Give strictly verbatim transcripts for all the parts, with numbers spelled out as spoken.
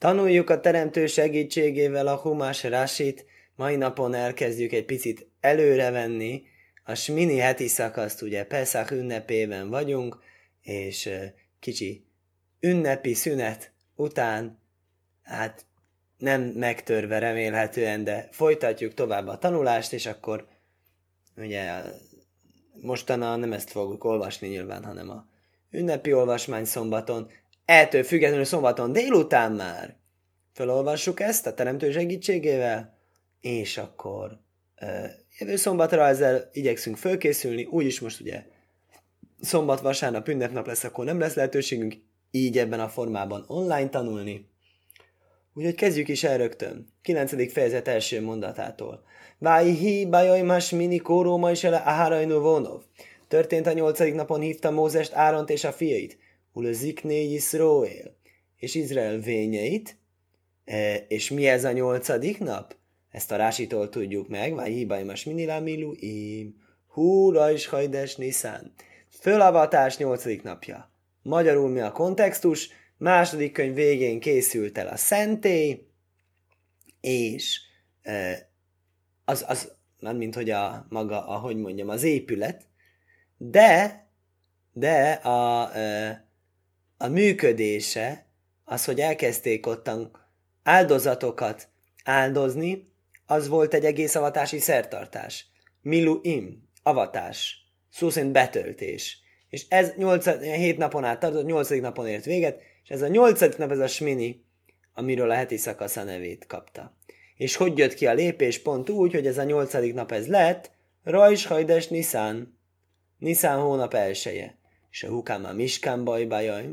Tanuljuk a teremtő segítségével a Humás Rasit, mai napon elkezdjük egy picit előrevenni a smini heti szakaszt, ugye Peszach ünnepében vagyunk, és kicsi ünnepi szünet után, hát nem megtörve remélhetően, de folytatjuk tovább a tanulást, és akkor ugye mostanában nem ezt fogjuk olvasni nyilván, hanem a ünnepi olvasmány szombaton. Ettől függetlenül szombaton délután már felolvassuk ezt a teremtő segítségével, és akkor uh, jövő szombatra ezzel igyekszünk fölkészülni, úgyis most ugye szombat, vasárnap, ünnepnap lesz, akkor nem lesz lehetőségünk így ebben a formában online tanulni. Úgyhogy kezdjük is el rögtön. kilencedik fejezet első mondatától. Vájhi bajaj más mini kóró ma is ele aharajnu vonov. Történt a nyolcadik napon hívta Mózest, Áront és a fiait. Ulözikné Yisroel. És Izrael vényeit. E, és mi ez a nyolcadik nap? Ezt a Rásitól tudjuk meg. Vájhi bajaj más mini lamilu im. Húra is hajdes niszán. Fölavatás nyolcadik napja. Magyarul mi a kontextus? Második könyv végén készült el a szentély, és e, az, az nem mint hogy a maga, ahogy mondjam, az épület, de, de a, e, a működése, az, hogy elkezdték ottan áldozatokat áldozni, az volt egy egész avatási szertartás. Miluim, avatás, szó szerint betöltés. És ez hét napon át tartott, nyolcadik napon ért véget, és ez a nyolcadik nap, ez a smini, amiről a heti szakasz a nevét kapta. És hogy jött ki a lépés? Pont úgy, hogy ez a nyolcadik nap ez lett, Rajs Hajdes Niszán, Niszán hónap elsője. És a hukám a Miskán bajbajaj.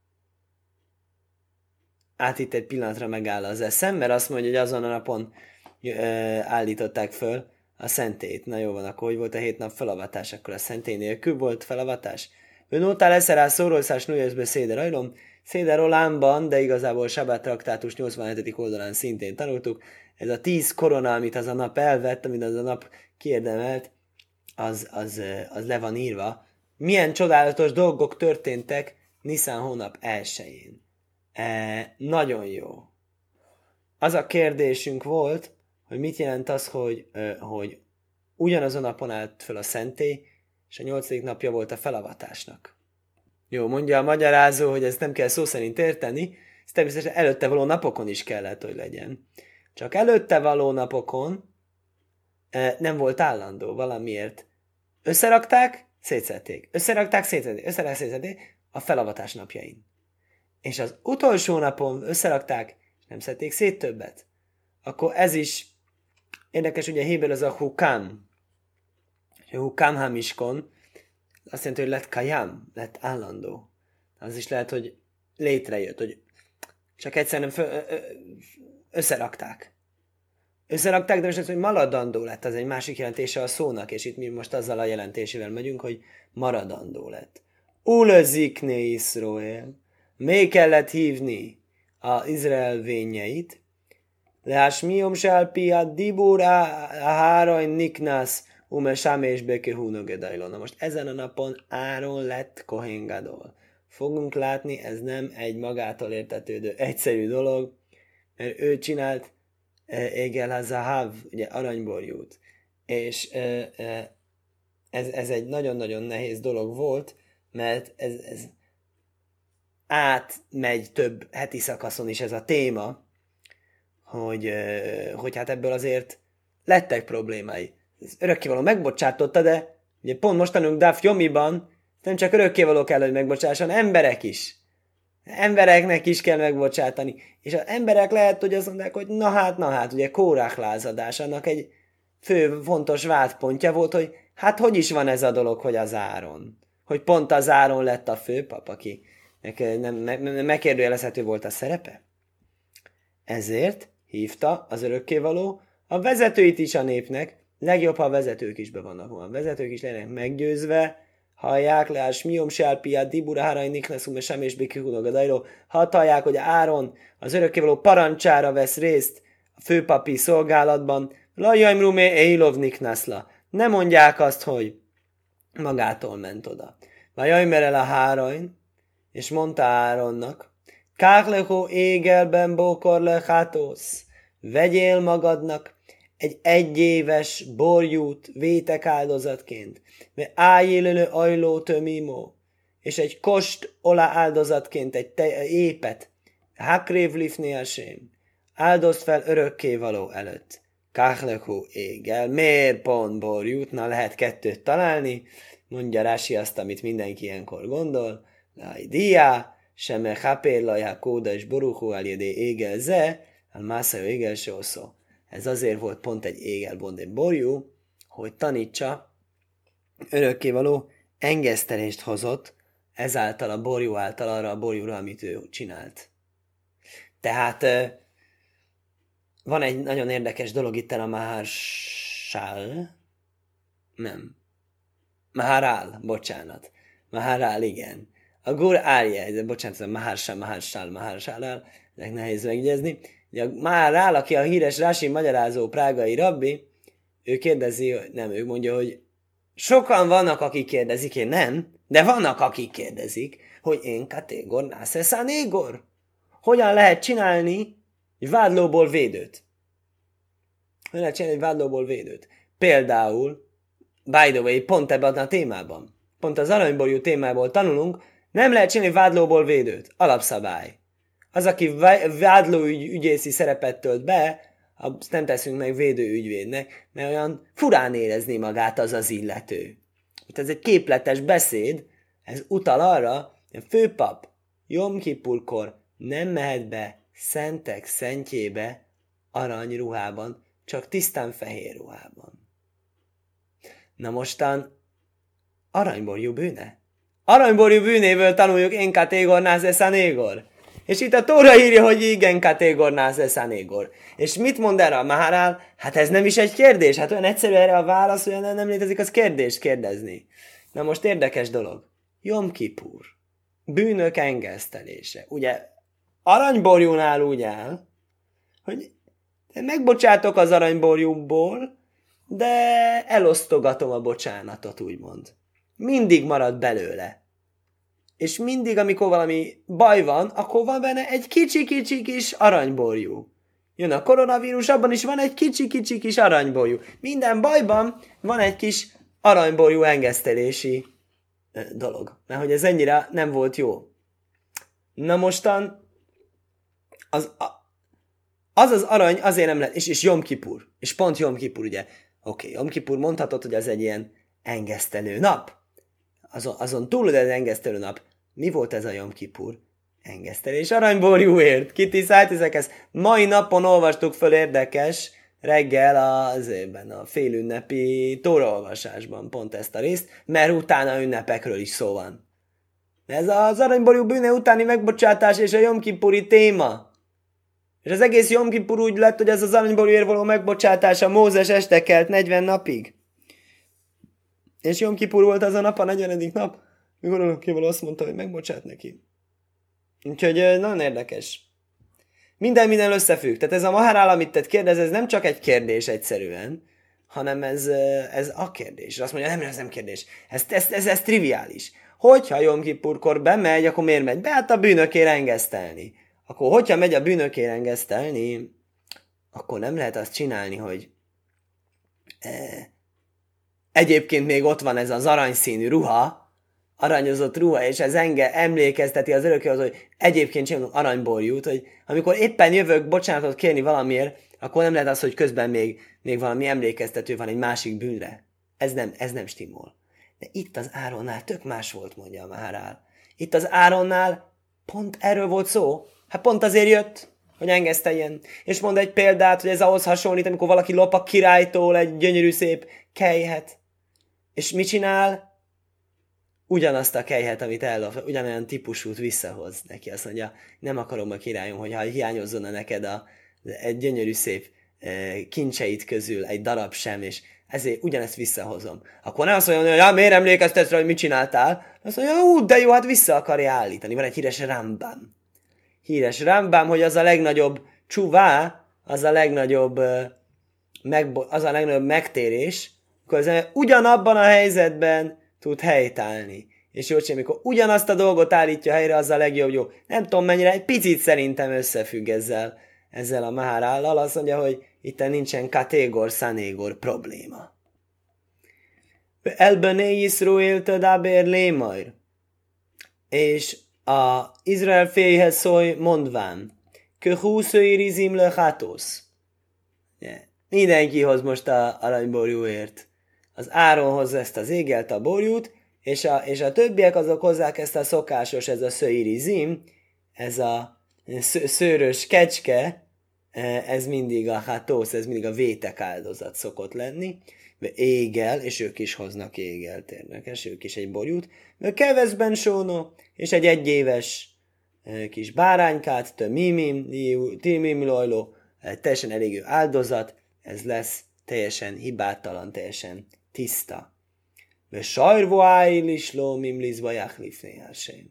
Át itt egy pillanatra megáll az eszem, mert azt mondja, hogy azon a napon ö, állították föl a szentét. Na jó van, akkor hogy volt a hét nap felavatás? Akkor a szentély nélkül volt felavatás? Önótál eszel rá szórólszás nőjöszbe Széder ajlom, Széder Olámban, de igazából Sabát traktátus nyolcvanhetedik oldalán szintén tanultuk. Ez a tíz korona, amit az a nap elvett, amit az a nap kiérdemelt, az, az, az le van írva. Milyen csodálatos dolgok történtek Niszán hónap elsején. E, nagyon jó. Az a kérdésünk volt, hogy mit jelent az, hogy, hogy ugyanazon napon állt fel a szentély, és a nyolcadik napja volt a felavatásnak. Jó, mondja a magyarázó, hogy ezt nem kell szó szerint érteni, ez természetesen előtte való napokon is kellett, hogy legyen. Csak előtte való napokon e, nem volt állandó valamiért. Összerakták, szétszedték. Összerakták, szétszedték. Összerakták, szétszedték a felavatás napjain. És az utolsó napon összerakták, és nem szedték szét többet. Akkor ez is érdekes, ugye Héber az a hukám. A hukám hamiskon, azt jelenti, hogy lett kajám, lett állandó. Az is lehet, hogy létrejött, hogy csak egyszerűen fö, ö, ö, összerakták. Összerakták, de most az, hogy maradandó lett, az egy másik jelentése a szónak, és itt mi most azzal a jelentésével megyünk, hogy maradandó lett. Ulözikné Iszroel. Még kellett hívni az Izrael vényeit. Leás miom sálpi a dibur a háraj niknász ume sámés beke húnogedajló. Na most ezen a napon Áron lett Kohen Gadol. Fogunk látni, ez nem egy magától értetődő egyszerű dolog, mert ő csinált Égel a Zahav, ugye aranyborjút. És ez, ez egy nagyon-nagyon nehéz dolog volt, mert ez, ez átmegy több heti szakaszon is ez a téma, hogy, hogy hát ebből azért lettek problémái. Ez örökkévaló megbocsátotta, de ugye pont most tanulunk Daf Yomiban, nem csak örökkévaló kell, hogy megbocsásson, emberek is. Embereknek is kell megbocsátani. És az emberek lehet, hogy azt mondják, hogy na hát, na hát, ugye Kórák lázadás, annak egy fő fontos vádpontja volt, hogy hát hogy is van ez a dolog, hogy az Áron. Hogy pont az Áron lett a főpap, aki nem, nem, megkérdőjelezhető volt a szerepe. Ezért hívta az örökkévaló a vezetőit is a népnek, legjobb, ha a vezetők is be vannak. A vezetők is legyenek meggyőzve, hallják le, a smiom sálpiát, dibura háraj nikneszum, sem és bikihunogadairó, ha hallják, hogy Áron az örökkévaló parancsára vesz részt a főpapi szolgálatban, lajajmrumé eilov niknászla. Ne mondják azt, hogy magától ment oda. Vajajmer el a hárajn, és mondta Áronnak, Káhleho égelben bókor lehátósz. Vegyél magadnak egy egyéves borjút vétek áldozatként, mert ájélölő ajló tömimó, és egy kost olá áldozatként egy te- épet, hakrév lifni asém, áldozd fel örökkévaló előtt. Káhlehu égel, miért pont borjút? Na, lehet kettőt találni, mondja Rási azt, amit mindenki ilyenkor gondol, laj diá, seme hapér lajá kóda és boruchú aljédé égel ze, al mászajó égel se oszó. Ez azért volt pont egy égel bond egy borjú, hogy tanítsa, örökkévaló engesztelést hozott, ezáltal a borjú által arra a borjúra, amit ő csinált. Tehát van egy nagyon érdekes dolog itt a Maharsál, nem, Maharál, bocsánat, Maharál, igen. A Gur Árje, de bocsánat, ez a Maharsál, Maharsál, Maharsálál, ezek nehéz megjegyezni. A Maharál, aki a híres Rási magyarázó prágai rabbi, ő kérdezi, nem, ő mondja, hogy sokan vannak, akik kérdezik, én nem, de vannak, akik kérdezik, hogy én kategor nászeszán égor. Hogyan lehet csinálni egy vádlóból védőt? Hogyan lehet csinálni egy vádlóból védőt? Például, by the way, pont ebben a témában, pont az aranyborjú témából tanulunk, nem lehet csinálni vádlóból védőt. Alapszabály. Az, aki vádlóügy ügyészi szerepet tölt be, azt nem teszünk meg védőügyvédnek, mert olyan furán érezni magát az az illető. Ez egy képletes beszéd, ez utal arra, hogy a főpap Jom Kipurkor nem mehet be szentek szentjébe aranyruhában, csak tisztán fehér ruhában. Na mostan aranyborjú bűne? Aranyborjú bűnéből tanuljuk én kategor nászeszán égor. És itt a Tóra írja, hogy igen kategor nászeszán égor. És mit mond erre a Maharál? Hát ez nem is egy kérdés. Hát olyan egyszerű erre a válasz, hogy nem létezik az kérdést kérdezni. Na most érdekes dolog. Jom Kipur. Bűnök engesztelése. Ugye aranyborjúnál úgy áll, hogy megbocsátok az aranyborjúból, de elosztogatom a bocsánatot, úgymond. Mindig marad belőle. És mindig, amikor valami baj van, akkor van benne egy kicsi-kicsi kis aranyborjú. Jön a koronavírus, abban is van egy kicsi-kicsi kis aranyborjú. Minden bajban van egy kis aranyborjú engesztelési dolog. Mert hogy ez ennyire nem volt jó. Na mostan az az, az arany azért nem lett, és, és Jom Kipur. És pont Jom Kipur, ugye. Oké, okay, Jom Kipur mondhatod, hogy az egy ilyen engesztelő nap. Azon, azon túl, hogy ez engesztelő nap. Mi volt ez a Jom Kipur? Engesztelés aranyborjúért. Kitiszált ezekhez. Mai napon olvastuk föl érdekes reggel az évben a félünnepi tóraolvasásban pont ezt a részt, mert utána ünnepekről is szó van. Ez az aranyborjú bűne utáni megbocsátás és a Jom Kipuri téma. És az egész Jom Kipur úgy lett, hogy ez az aranyborjúért való megbocsátása Mózes este kelt negyven napig. És Jom Kipur volt az a nap, a negyvenedik nap, mikor valakivel azt mondta, hogy megbocsát neki. Úgyhogy nagyon érdekes. Minden minden összefügg. Tehát ez a Maharál, amit te kérdez, ez nem csak egy kérdés egyszerűen, hanem ez, ez a kérdés. És azt mondja, nem, ez nem kérdés. Ez, ez, ez, ez triviális. Hogyha Jom Kipurkor bemegy, akkor miért megy be? Hát a bűnökért engesztelni. Akkor hogyha megy a bűnökért engesztelni, akkor nem lehet azt csinálni, hogy eh, egyébként még ott van ez az aranyszínű ruha, aranyozott ruha, és ez enge emlékezteti az örökkéhoz, hogy egyébként csinálunk aranyborjút, hogy amikor éppen jövök bocsánatot kérni valamiért, akkor nem lehet az, hogy közben még, még valami emlékeztető van egy másik bűnre. Ez nem, ez nem stimmol. De itt az Áronnál tök más volt, mondja a Maharál. Itt az Áronnál pont erről volt szó. Hát pont azért jött, hogy engeszteljen. És mond egy példát, hogy ez ahhoz hasonlít, amikor valaki lop a királytól egy gyönyörű szép kelyhet. És mit csinál? Ugyanazt a kelyhet, amit ellop, ugyanolyan típusút visszahoz neki. Azt mondja, nem akarom a királyom, hogyha hiányozzon neked a, egy gyönyörű szép e, kincseit közül egy darab sem, és ezért ugyanezt visszahozom. Akkor nem azt mondja, hogy ja, miért emlékeztetsz rá, hogy mit csináltál? Azt mondja, ú, de jó, hát vissza akarja állítani. Van egy híres Rambam. Híres Rambam, hogy az a legnagyobb csuvá, az a legnagyobb, megbo- az a legnagyobb megtérés, akkor az ugyanabban a helyzetben tud helytállni. és Jócsi, amikor ugyanazt a dolgot állítja helyre, az a legjobb jó. Nem tudom mennyire, egy picit szerintem összefügg ezzel, ezzel a Maharállal. Azt mondja, hogy itt nincsen katégor, szanégor probléma. Elbené Yisroel tadaber lémajr. És a Izrael féjhez szólj mondván, köhúszőirizim lehátosz. Mindenki hoz most a aranyborjúért. Az Áron hozza ezt az égelt a borjút, és a, és a többiek azok hozzák ezt a szokásos, ez a szőirizim, ez a szőrös kecske, ez mindig a hátósz, ez mindig a vétek áldozat szokott lenni, égel, és ők is hoznak égelt érdekes, ők is egy borjút, keveszben sónó, és egy egyéves kis báránykát, tömimim, tímim lojló, teljesen elégő áldozat, ez lesz teljesen hibátalan, teljesen tiszta. Ve sajrvoáil is lómim lizba jachlifné hasem.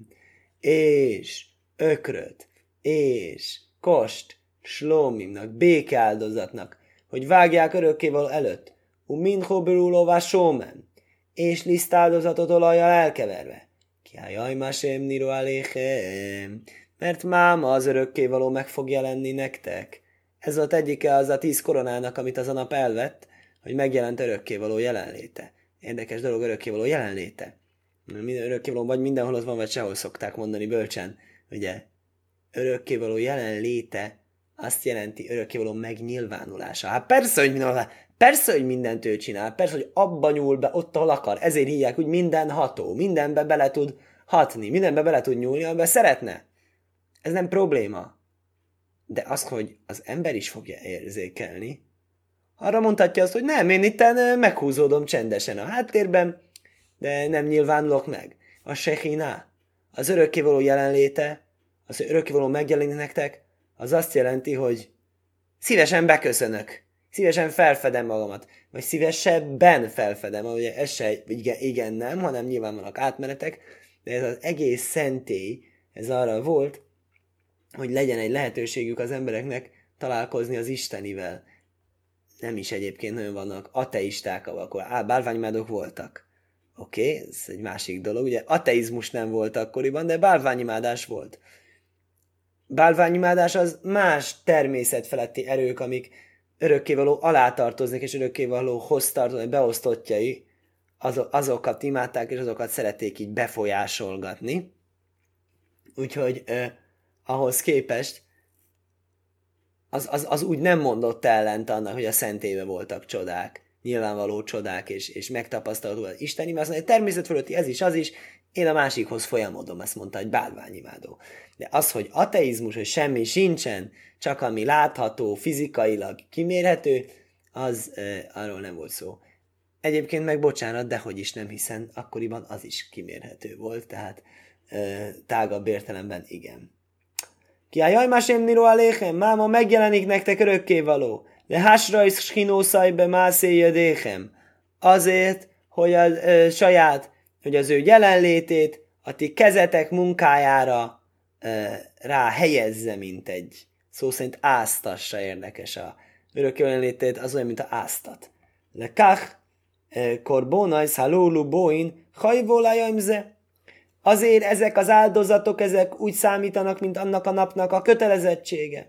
És ökröt, és kost, slómimnak, békeáldozatnak, hogy vágják örökkévaló előtt, u mincho berulóvá sómen, és lisztáldozatot olajjal elkeverve. Kiájaj masem niro aléchem, mert máma az örökkévaló meg fog jelenni nektek. Ez volt egyike az a tíz koronának, amit az a nap elvett, hogy megjelent örökkévaló jelenléte. Érdekes dolog örökkévaló jelenléte. Minden örökkévaló vagy mindenhol az van, vagy sehol szokták mondani bölcsen. Ugye, örökkévaló jelenléte azt jelenti örökkévaló megnyilvánulása. Hát persze, hogy minden, persze, hogy mindent ő csinál, persze, hogy abba nyúl be, ott, ahol akar. Ezért hívják, hogy minden ható, mindenbe bele tud hatni, mindenbe bele tud nyúlni, amiben szeretne. Ez nem probléma. De az, hogy az ember is fogja érzékelni, arra mondhatja azt, hogy nem, én itten meghúzódom csendesen a háttérben, de nem nyilvánulok meg. A sehiná, az örökkévaló jelenléte, az örökkévaló megjelenik nektek, az azt jelenti, hogy szívesen beköszönök, szívesen felfedem magamat, vagy szívesebben felfedem, ugye ez se igen, igen nem, hanem nyilván vannak átmenetek, de ez az egész szentély, ez arra volt, hogy legyen egy lehetőségük az embereknek találkozni az Istenivel. Nem is egyébként nagyon vannak ateisták, akkor bálványimádók voltak. Oké, okay, ez egy másik dolog. Ugye ateizmus nem volt akkoriban, de bálványimádás volt. Bálványimádás az más természetfeletti erők, amik örökkévaló alá tartoznak, és örökkévalóhoz tartoznak, beosztottjai, azokat imádták, és azokat szerették így befolyásolgatni. Úgyhogy eh, ahhoz képest az, az, az úgy nem mondott ellent annak, hogy a szentélybe voltak csodák, nyilvánvaló csodák, és, és megtapasztalható az Isten imádás. Egy természet fölötti ez is, az is, én a másikhoz folyamodom, ezt mondta egy bálványimádó. De az, hogy ateizmus, hogy semmi sincsen, csak ami látható, fizikailag kimérhető, az uh, arról nem volt szó. Egyébként meg bocsánat, dehogy is nem, hiszen akkoriban az is kimérhető volt, tehát uh, tágabb értelemben igen. Ki a jajmásém niro aléchem, máma megjelenik nektek örökkévaló, de hásra is schinószajbe mászéjödéchem. Azért, hogy a uh, saját, hogy az ő jelenlétét a ti kezetek munkájára uh, rá helyezze, mint egy szó szerint áztassa, érdekes a örökkévaló jelenlétét, az olyan, mint a áztat. Le kach korbonajsz halólu bóin hajvólájaimze. Azért ezek az áldozatok, ezek úgy számítanak, mint annak a napnak a kötelezettsége.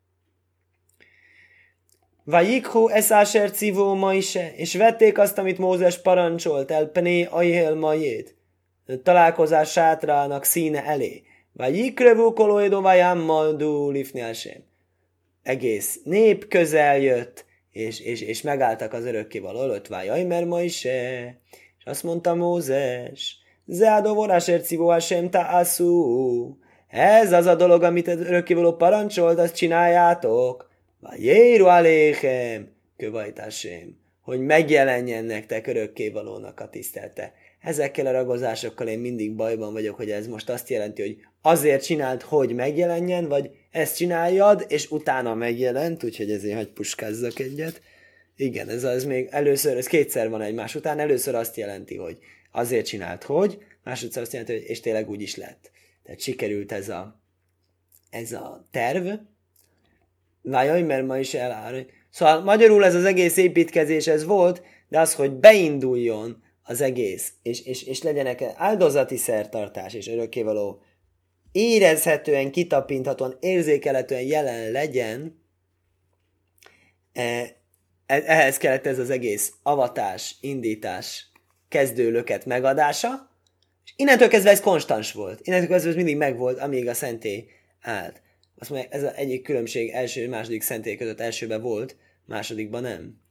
Vajikhu eszáser civó maise, és vették azt, amit Mózes parancsolt el, pené ajhél majét, találkozás sátrának színe elé. Vajikrevú kolóidó vajammal dú lifnyásém. Egész nép közel jött, és, és, és megálltak az örökkévaló előtt, vajajmer maise, és azt mondta Mózes, Zeádó vorásért civóásém tászú. Ez az a dolog, amit az örökkévaló parancsolt, azt csináljátok. Vajéru aléchem, kövajtásém, hogy megjelenjen nektek örökkévalónak a tisztelte. Ezekkel a ragozásokkal én mindig bajban vagyok, hogy ez most azt jelenti, hogy azért csináld, hogy megjelenjen, vagy ezt csináljad, és utána megjelent, úgyhogy ezért hagy puskázzak egyet. Igen, ez az még először, ez kétszer van egymás után, először azt jelenti, hogy azért csinált, hogy, másodszor azt jelenti, hogy és tényleg úgy is lett. Tehát sikerült ez a, ez a terv. Vájaj, mert ma is eláll. Szóval magyarul ez az egész építkezés ez volt, de az, hogy beinduljon az egész, és, és, és legyenek áldozati szertartás és örökkévaló érezhetően, kitapinthatóan, érzékelhetően jelen legyen, ehhez kellett ez az egész avatás, indítás, kezdőlöket megadása, és innentől kezdve ez konstans volt. Innentől kezdve ez mindig megvolt, amíg a szentély állt. Azt mondja, ez az egyik különbség első, második szentély között elsőben volt, másodikban nem.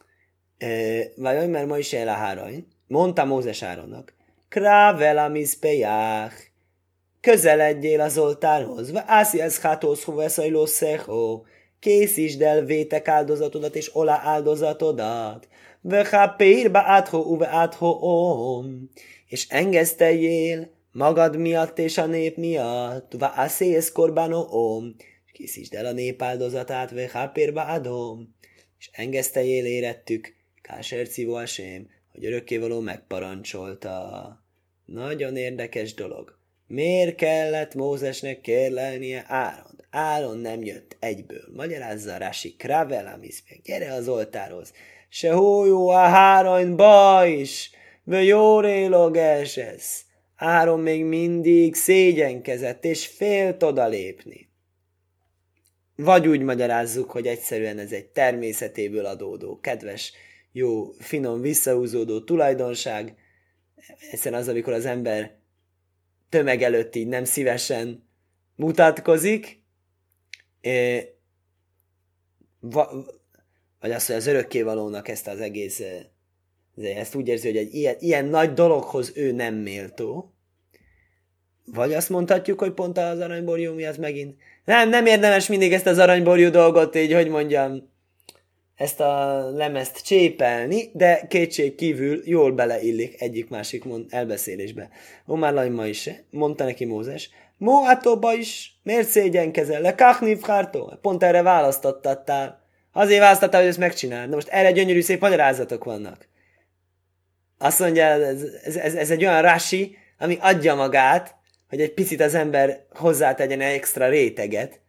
Vagy mert ma is el a hárany. Mondta Mózes Áronnak, Krável a miszpejách, közeledjél az oltárhoz, vászi ez hátóz, hova eszajló szechó, készítsd el vétek áldozatodat és olá áldozatodat, vechapér be átho uve átho om, és engeszteljél magad miatt és a nép miatt, vászi ez korbánó om, és készítsd el a nép áldozatát, vechapér be adom, és engeszteljél érettük, Káser Civó Asém, hogy örökkévaló megparancsolta. Nagyon érdekes dolog. Miért kellett Mózesnek kérlelnie Áront? Áron nem jött egyből. Magyarázza Rási, Kravelamis, gyere az oltárhoz. Se hójó a háranyba is, vő jórélog esesz. Áron még mindig szégyenkezett, és félt odalépni. Vagy úgy magyarázzuk, hogy egyszerűen ez egy természetéből adódó, kedves, jó, finom, visszahúzódó tulajdonság. Egyszerűen az, amikor az ember tömeg előtt így nem szívesen mutatkozik, é, va, vagy azt, hogy az örökkévalónak ezt az egész, ezt úgy érzi, hogy egy ilyen, ilyen nagy dologhoz ő nem méltó, vagy azt mondhatjuk, hogy pont az aranyborjú miatt megint nem, nem érdemes mindig ezt az aranyborjú dolgot így, hogy mondjam, ezt a lemezt csépelni, de kétség kívül jól beleillik egyik-másik elbeszélésbe. Omar Lajma is, mondta neki Mózes, Moátóba is, miért szégyenkezel? Le kachniv hártó? Pont erre választottattál. Azért választottál, hogy ezt megcsináld. Na most erre gyönyörű szép magyarázatok vannak. Azt mondja, ez, ez, ez, ez egy olyan rási, ami adja magát, hogy egy picit az ember hozzátegyen egy extra réteget.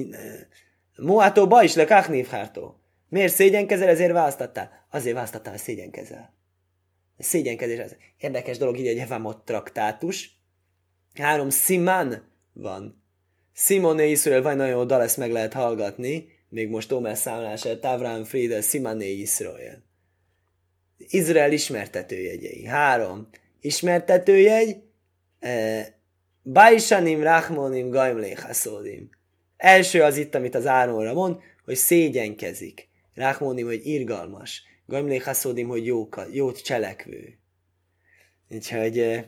Moátóba is, le kachniv hártó. Miért szégyenkezel, ezért választottál? Azért választottál, hogy szégyenkezel. A szégyenkezés az érdekes dolog, így egy Evamot traktátus. Három szimán van. Simoné Iszrael, vagy nagyon jó dal, ezt meg lehet hallgatni. Még most Omer számlása, Tavrán Friedel, Simoné Iszrael. Izrael ismertetőjegyei. Három. Ismertetőjegy. Eh, Bajsanim, Rachmonim, Gaimléchaszódim. Első az itt, amit az Áronra mond, hogy szégyenkezik. Rákmónim, hogy irgalmas. Gaimléchaszódim, hogy jóka, jót cselekvő. Úgyhogy e,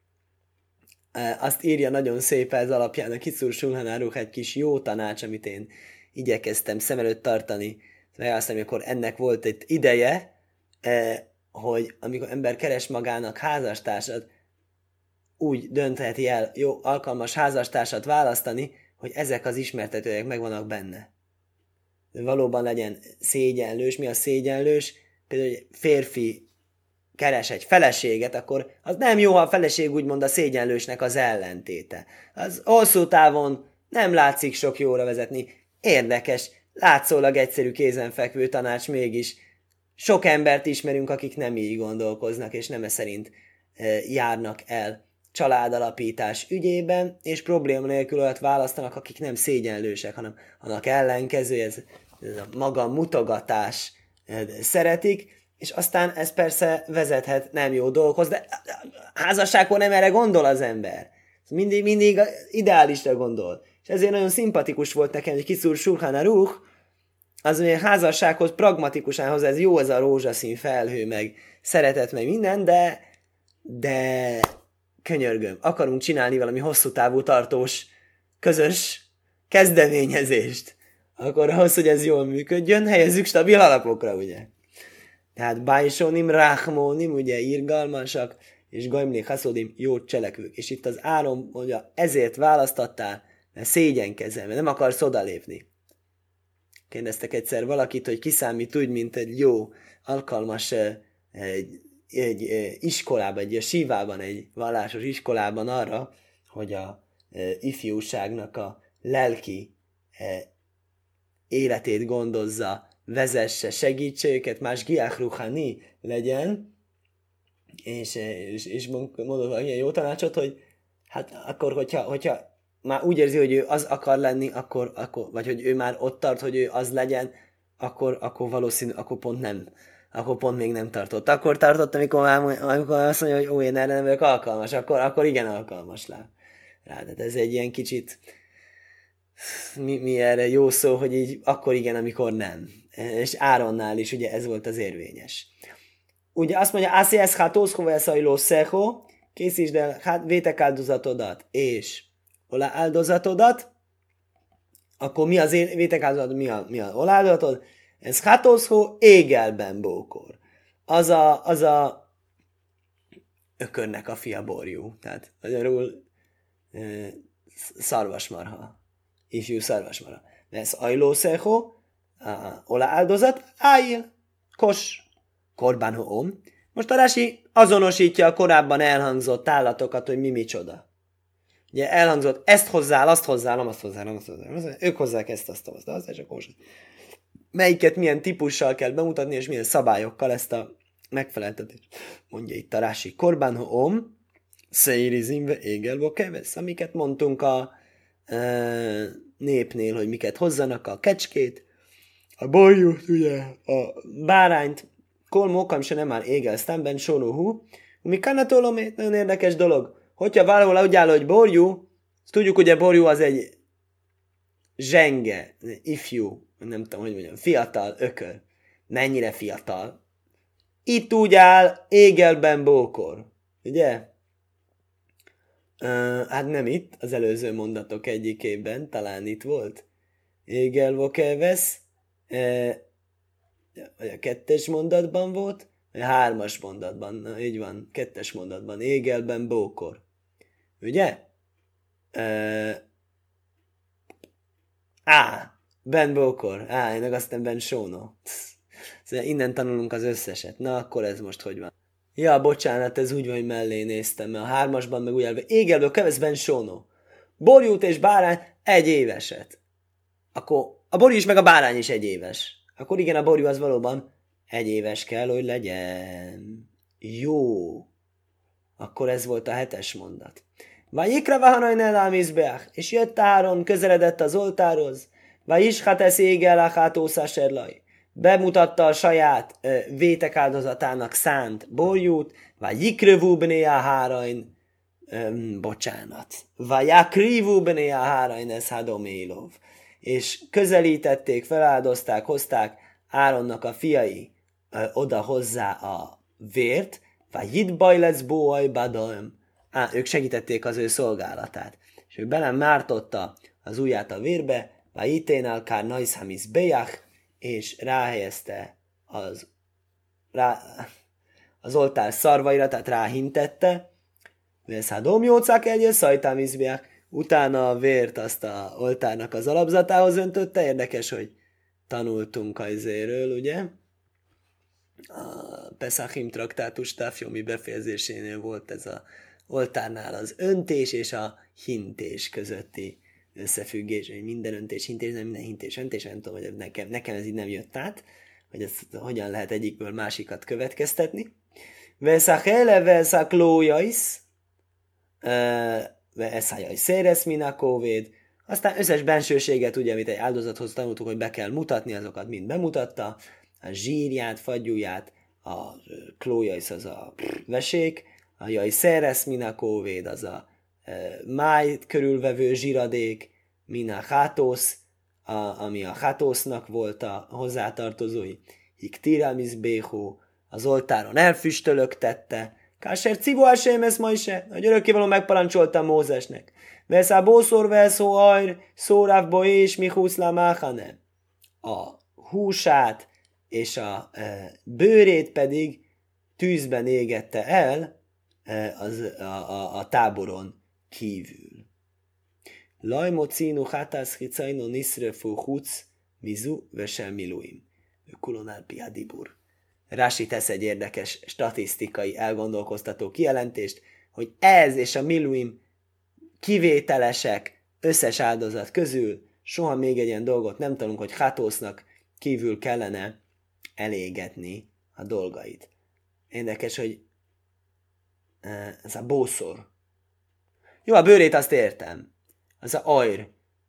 e, azt írja nagyon szépen ez alapján a Kitzur Shulchan Aruch egy kis jó tanács, amit én igyekeztem szem előtt tartani. Azt amikor ennek volt egy ideje, e, hogy amikor ember keres magának házastársat, úgy döntheti el jó alkalmas házastársat választani, hogy ezek az ismertetőek megvannak benne. De valóban legyen szégyenlős. Mi a szégyenlős? Például egy férfi keres egy feleséget, akkor az nem jó, ha a feleség úgymond a szégyenlősnek az ellentéte. Az hosszú távon nem látszik sok jóra vezetni. Érdekes, látszólag egyszerű kézenfekvő tanács mégis. Sok embert ismerünk, akik nem így gondolkoznak, és nem e szerint e, járnak el családalapítás ügyében, és probléma nélkül olyat választanak, akik nem szégyenlősek, hanem annak ellenkező, ez, ez a maga mutogatás szeretik, és aztán ez persze vezethet nem jó dolgokhoz, de házasságkor nem erre gondol az ember. Mindig, mindig ideálisra gondol. És ezért nagyon szimpatikus volt nekem, hogy Kitzur Shulchan Aruch, az, hogy a házassághoz pragmatikusan hozzá, ez jó ez a rózsaszín felhő, meg szeretet, meg minden, de de könyörgöm, akarunk csinálni valami hosszú távú tartós, közös kezdeményezést. Akkor ahhoz, hogy ez jól működjön, helyezzük stabil alapokra, ugye? Tehát bájsonim, ráhmónim, ugye irgalmasak, és gajmlék haszódim, jó cselekvők. És itt az Áron mondja, ezért választattál, mert szégyenkezel, mert nem akarsz odalépni. Kérdeztek egyszer valakit, hogy kiszámít úgy, mint egy jó, alkalmas egy, egy iskolában, egy sívában, egy vallásos iskolában arra, hogy a ifjúságnak a lelki életét gondozza, vezesse, segítse őket, más giach ruhani legyen, és, és, és mondott ilyen jó tanácsot, hogy hát akkor, hogyha, hogyha már úgy érzi, hogy ő az akar lenni, akkor, akkor, vagy hogy ő már ott tart, hogy ő az legyen, akkor, akkor valószínű, akkor pont nem. Akkor pont még nem tartott. Akkor tartott, amikor, már, amikor azt mondja, hogy ó, én erre nem vagyok alkalmas, akkor, akkor igen alkalmas rá. rá. Tehát ez egy ilyen kicsit mi, mi erre jó szó, hogy így akkor igen, amikor nem. És Áronnál is ugye ez volt az érvényes. Ugye azt mondja, Asziesz hátósz hoveszajló szechó, készítsd el hát, vétek áldozatodat és olá áldozatodat, akkor mi az vétek áldozatod, mi a, mi a olá áldozatod? Ez hátószhó égelben bókor. Az a, az a ökörnek a fia borjú. Tehát magyarul e, szarvasmarha. Ifjú szarvasmarha. Ez ajlószechó, olá áldozat, ájl, kos, korbán hoom. Most a Rási azonosítja a korábban elhangzott állatokat, hogy mi micsoda. Ugye elhangzott, ezt hozzál, azt hozzál, azt hozzál, azt hozzál. Ők hozzák ezt, azt, azt, azt, és akkor melyiket milyen típussal kell bemutatni, és milyen szabályokkal ezt a megfeleltetést. Mondja itt a Rási, korbán hoom, szeirizimve égelbo kevesz, amiket mondtunk a e, népnél, hogy miket hozzanak, a kecskét, a borjút, ugye, a bárányt, kolmókam se nem már égel sztemben, sonóhú, mi kannatolomé, nagyon érdekes dolog. Hogyha valahol úgy áll, hogy borjú, tudjuk, hogy a borjú az egy zsenge, ifjú, nem tudom, hogy mondjam, fiatal ökör. Mennyire fiatal? Itt úgy áll, égelben bókor. Ugye? Uh, hát nem itt, az előző mondatok egyikében, talán itt volt. Égel vokevesz, uh, vagy a kettes mondatban volt, vagy a hármas mondatban, na, így van, kettes mondatban, égelben bókor. Ugye? Uh, á, ben bókor, á, én meg aztán ben sóno. Szóval innen tanulunk az összeset. Na, akkor ez most hogy van? Ja, bocsánat, ez úgy van, hogy mellé néztem, mert a hármasban meg úgy elve, égelből kevesz ben sóno. Borjút és bárány egy éveset. Akkor a borjú is meg a bárány is egy éves. Akkor igen, a borjú az valóban egy éves kell, hogy legyen. Jó. Akkor ez volt a hetes mondat. Vajikra vahanaj nelámizbeach, és jött Áron, közeledett az oltárhoz, vajishatesz égel achátószaserlaj. Bemutatta a saját ö, vétek áldozatának szánt borjút, vagy jikrövú bné a hárain, öm, bocsánat, vagy jakrívú bné a hárain, ez hadomélov. És közelítették, feláldozták, hozták Áronnak a fiai ö, oda hozzá a vért, vagy jitbaj lesz bóaj badaim. Á, ők segítették az ő szolgálatát. És ő belem mártotta az ujját a vérbe, vagy iténál kár najszhamis bejach, és ráhelyezte az, rá, az oltár szarvaira, tehát ráhintette, veszádom jócák egyes szajtámizbiák, utána a vért azt a oltárnak az alapzatához öntötte, érdekes, hogy tanultunk ajzéről, ugye? A Pesachim traktátus távjomi befejezésénél volt ez a oltárnál az öntés és a hintés közötti összefüggés, hogy minden öntés, hintés, nem minden hintés, öntés, nem tudom, hogy nekem, nekem ez így nem jött át, hogy ezt hogyan lehet egyikből másikat következtetni. Veszak ele, veszak lójaisz, veszajaj széresz minakóvéd, aztán összes bensőséget, ugye, amit egy áldozathoz tanultuk, hogy be kell mutatni, azokat mind bemutatta, a zsírját, fagyúját, a klójaisz az a vesék, a jaj széresz minakóvéd az a máj körülvevő zsiradék, mina hátosz, a, ami a hátosznak volt a hozzátartozói, hik tiramis béhó, az oltáron elfüstölögtette, kásser civo esémesz ma is, hogy örökkévaló megparancsolta Mózesnek. Vesz a bószor veszó ajr, szórávbo és mi húszlá máhane. A húsát és a e, bőrét pedig tűzben égette el e, az, a, a, a táboron kívül. Lajmo cínu hátász hicajno niszrefú huc mizu vesel miluim. Kulonál piadibur. Rási tesz egy érdekes statisztikai elgondolkoztató kijelentést, hogy ez és a miluim kivételesek összes áldozat közül, soha még egy ilyen dolgot nem tanulunk, hogy hátósznak kívül kellene elégetni a dolgait. Érdekes, hogy ez a bószor. Jó, a bőrét azt értem. Az a ajr.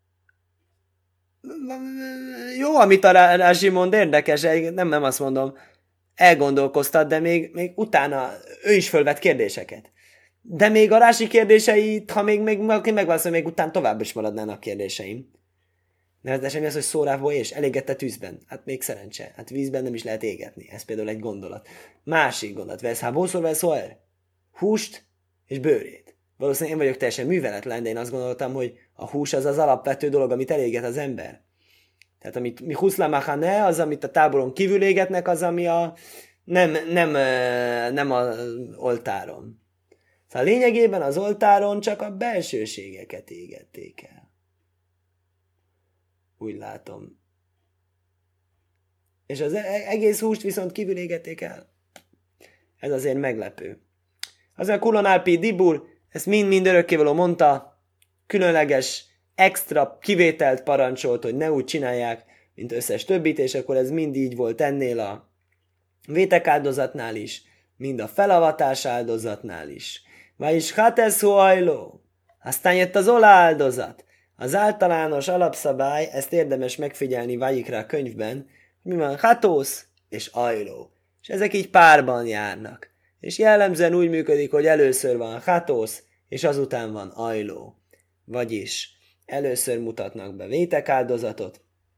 Jó, amit a Rási mond, érdekes, nem, nem azt mondom, elgondolkoztat, de még, még utána ő is fölvet kérdéseket. De még a Rási kérdéseit, ha még, még megválaszol, még után tovább is maradnának kérdéseim. Nevezetesen mi az, hogy szórából és elégette tűzben. Hát még szerencse. Hát vízben nem is lehet égetni. Ez például egy gondolat. Másik gondolat. Vesz hát bószor, vesz oer. Húst és bőrét. Valószínűleg én vagyok teljesen műveletlen, de én azt gondoltam, hogy a hús az az alapvető dolog, amit eléget az ember. Tehát amit mi huszlamachane, az, amit a táboron kívül égetnek, az, ami a nem, nem, nem az oltáron. Szóval lényegében az oltáron csak a belsőségeket égették el. Úgy látom. És az egész húst viszont kívül égették el. Ez azért meglepő. Az a kulonálpi dibur, ezt mind-mind örökkévaló mondta, különleges, extra kivételt parancsolt, hogy ne úgy csinálják, mint összes többit, és akkor ez mind így volt ennél a vétekáldozatnál is, mind a felavatás áldozatnál is. Vagyis hatesz hajló. Aztán jött az ola áldozat. Az általános alapszabály, ezt érdemes megfigyelni Vajikra könyvben, mi van hatósz és ajló. És ezek így párban járnak. És jellemzően úgy működik, hogy először van hatósz, és azután van ajló. Vagyis először mutatnak be vétekáldozatot,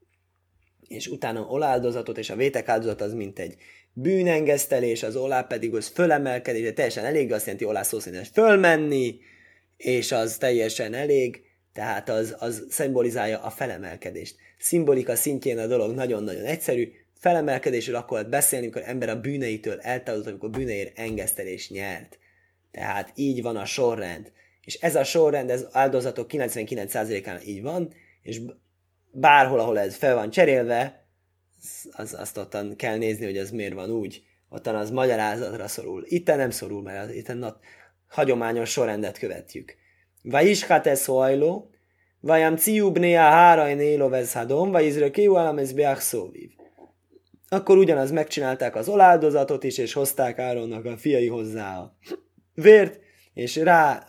és utána oláldozatot, és a vétekáldozat az mint egy bűnengesztelés, az olá pedig az fölemelkedés, de teljesen elég, azt jelenti olá szó szerint fölmenni, és az teljesen elég, tehát az, az szimbolizálja a felemelkedést. Szimbolika szintjén a dolog nagyon-nagyon egyszerű, felemelkedésről akkor lehet beszélni, amikor ember a bűneitől eltávozott, amikor bűneért engesztelés nyert. Tehát így van a sorrend. És ez a sorrend, ez áldozatok kilencvenkilenc százalékán így van, és bárhol, ahol ez fel van cserélve, az, azt ottan kell nézni, hogy ez miért van úgy. Ottan az magyarázatra szorul. Itt nem szorul, mert itt a hagyományos sorrendet követjük. Vajishat ez hajló, vajam ciubnéa hárajn élovez hadom, vajizrökéu alamez beach szóvív. Akkor ugyanaz megcsinálták az oláldozatot is, és hozták Áronnak a fiai hozzá a vért, és rá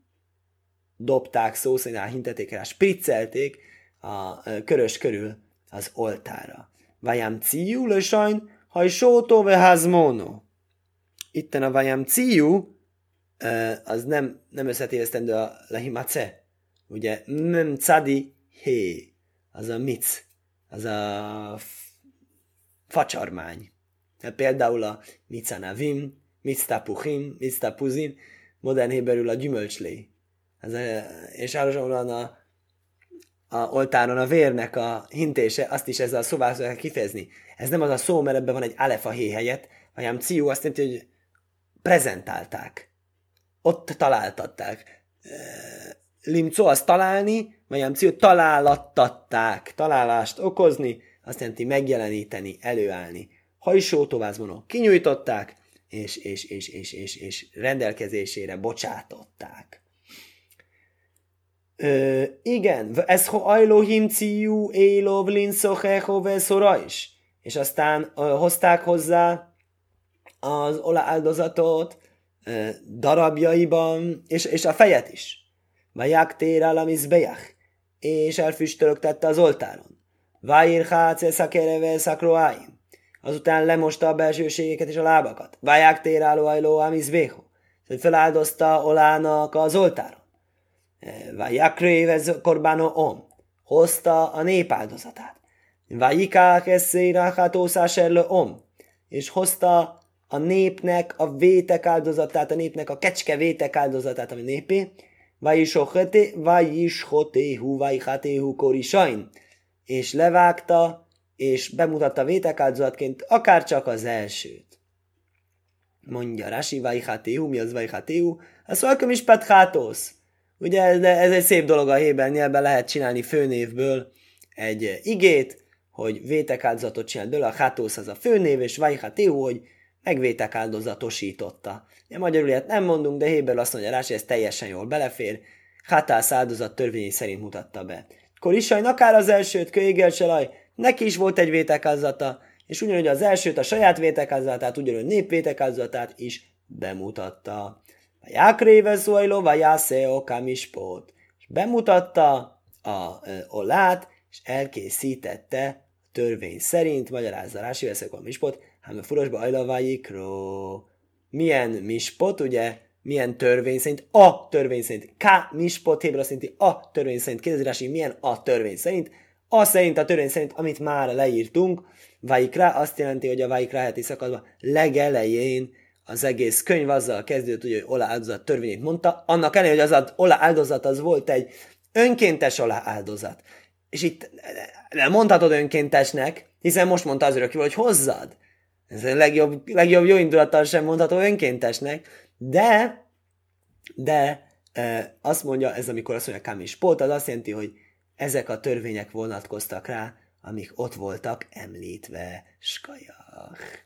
dobták, szó szerint ráhintették rá, spriccelték a körös körül az oltára. Vajam ciu lösajn, haj sótó ve házmóno. Itten a vajam ciu, az nem, nem összetévesztendő a lehimace. Ugye, nem cadi hé, az a mic, az a facsarmány. Tehát például a micanavim, mictapuchim, mictapuzim, modern héberül a gyümölcslé. Az a, és általában a, a oltáron a vérnek a hintése, azt is ezzel a szóval kell kifejezni. Ez nem az a szó, mert ebben van egy alefa hé helyett, hanem ciu azt jelenti, hogy prezentálták. Ott találtatták. Limco az találni, vagy ciu találattatták. Találást okozni, azt jelenti megjeleníteni, előállni. Hajsótovázmonok kinyújtották, és, és, és, és, és, és rendelkezésére bocsátották. Ö, igen, ez ho ajlohim ciu élov linszochecho veszora is. És aztán ö, hozták hozzá az ola áldozatot ö, darabjaiban, és, és a fejet is. Vaják tér alamizbejach, és elfüstölögtette az oltáron. Vájirhác eszakereve szakroáim. Azután lemosta a belsőségeket és a lábakat. Vaják tér alóajló amizbecho. Hogy feláldozta olának az oltáron. Vajakrévez korbáno om. Hozta a népáldozatát. Vajikák eszéráhátószáserlő om. És hozta a népnek a vétek áldozatát, a népnek a kecske vétek áldozatát, ami népé. Vajishotéhu, vajhatéhu korisain. És levágta, és bemutatta vétek áldozatként akár csak az elsőt. Mondja Rashi, vajhatéhu, mi az vajhatéhu? A szolköm is pathátosz. Ugye ez, ez egy szép dolog a héber nyelvben, lehet csinálni főnévből egy igét, hogy vétek áldozatot csinált belőle, a hátósz az a főnév, és vajhatéhu, hogy megvétek áldozatosította. Ja, magyarul ilyet nem mondunk, de héberül azt mondja Rashi, ez teljesen jól belefér. Hátász áldozat törvényi szerint mutatta be. Akkor is sajn akár az elsőt, köégel selaj, neki is volt egy vétekáldozata, és ugyanúgy az elsőt, a saját vétekáldozatát, ugyanúgy nép vétekáldozatát is bemutatta. Jákréve szóló, vagy jászeo kamispót. És bemutatta a ö, olát, és elkészítette a törvény szerint, magyarázza Rási, veszek a mispot, hát a furosba ajlavájikról. Milyen mispot, ugye? Milyen törvény szerint? A törvény szerint. K mispot, hébra szerinti a törvény szerint. Kérdezi Rási, milyen a törvény szerint? A szerint, a törvény szerint, amit már leírtunk, Vajikra azt jelenti, hogy a Vajikra heti szakadva legelején az egész könyv azzal kezdődött, ugye, hogy Ola áldozat törvényét mondta, annak ellenére, hogy az az Ola áldozat az volt egy önkéntes Ola áldozat. És itt nem mondhatod önkéntesnek, hiszen most mondta az örökkévaló, hogy hozzad. Ez a legjobb, legjobb jó indulattal sem mondható önkéntesnek, de, de e, azt mondja, ez amikor azt mondja Kamis Pót, az azt jelenti, hogy ezek a törvények vonatkoztak rá, amik ott voltak említve. Skajach.